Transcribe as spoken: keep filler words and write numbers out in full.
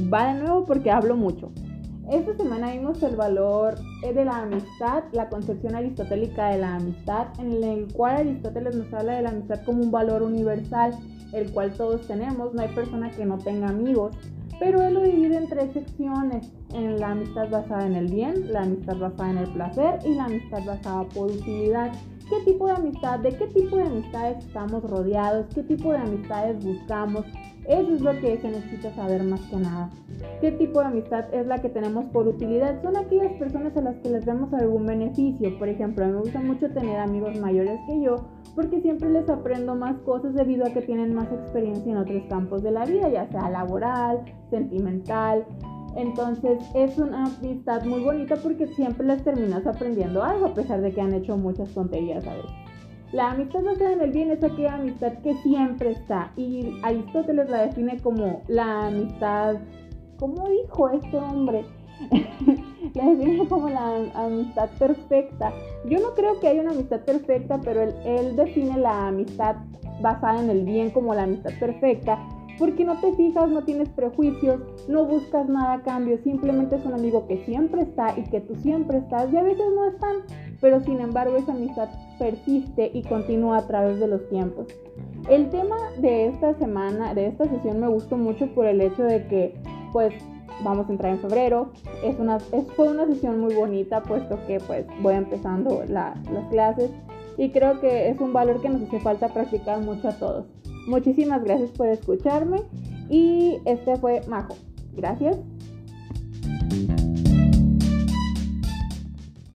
va de nuevo porque hablo mucho. Esta semana vimos el valor de la amistad, la concepción aristotélica de la amistad, en el cual Aristóteles nos habla de la amistad como un valor universal, el cual todos tenemos. No hay persona que no tenga amigos, pero él lo divide en tres secciones: en la amistad basada en el bien, la amistad basada en el placer y la amistad basada por utilidad. ¿Qué tipo de amistad, de qué tipo de amistades estamos rodeados? ¿Qué tipo de amistades buscamos? Eso es lo que se necesita saber más que nada. ¿Qué tipo de amistad es la que tenemos por utilidad? Son aquellas personas a las que les vemos algún beneficio. Por ejemplo, a mí me gusta mucho tener amigos mayores que yo porque siempre les aprendo más cosas debido a que tienen más experiencia en otros campos de la vida, ya sea laboral, sentimental. Entonces es una amistad muy bonita porque siempre les terminas aprendiendo algo a pesar de que han hecho muchas tonterías a veces. La amistad basada en el bien es aquella amistad que siempre está, y Aristóteles la define como la amistad, ¿cómo dijo este hombre? La define como la amistad perfecta. Yo no creo que haya una amistad perfecta, pero él, él define la amistad basada en el bien como la amistad perfecta, porque no te fijas, no tienes prejuicios, no buscas nada a cambio, simplemente es un amigo que siempre está y que tú siempre estás, y a veces no están, pero sin embargo esa amistad persiste y continúa a través de los tiempos. El tema de esta semana, de esta sesión, me gustó mucho por el hecho de que, pues, vamos a entrar en febrero. Es una, es, fue una sesión muy bonita, puesto que, pues, voy empezando la, las clases, y creo que es un valor que nos hace falta practicar mucho a todos. Muchísimas gracias por escucharme, y este fue Majo. Gracias.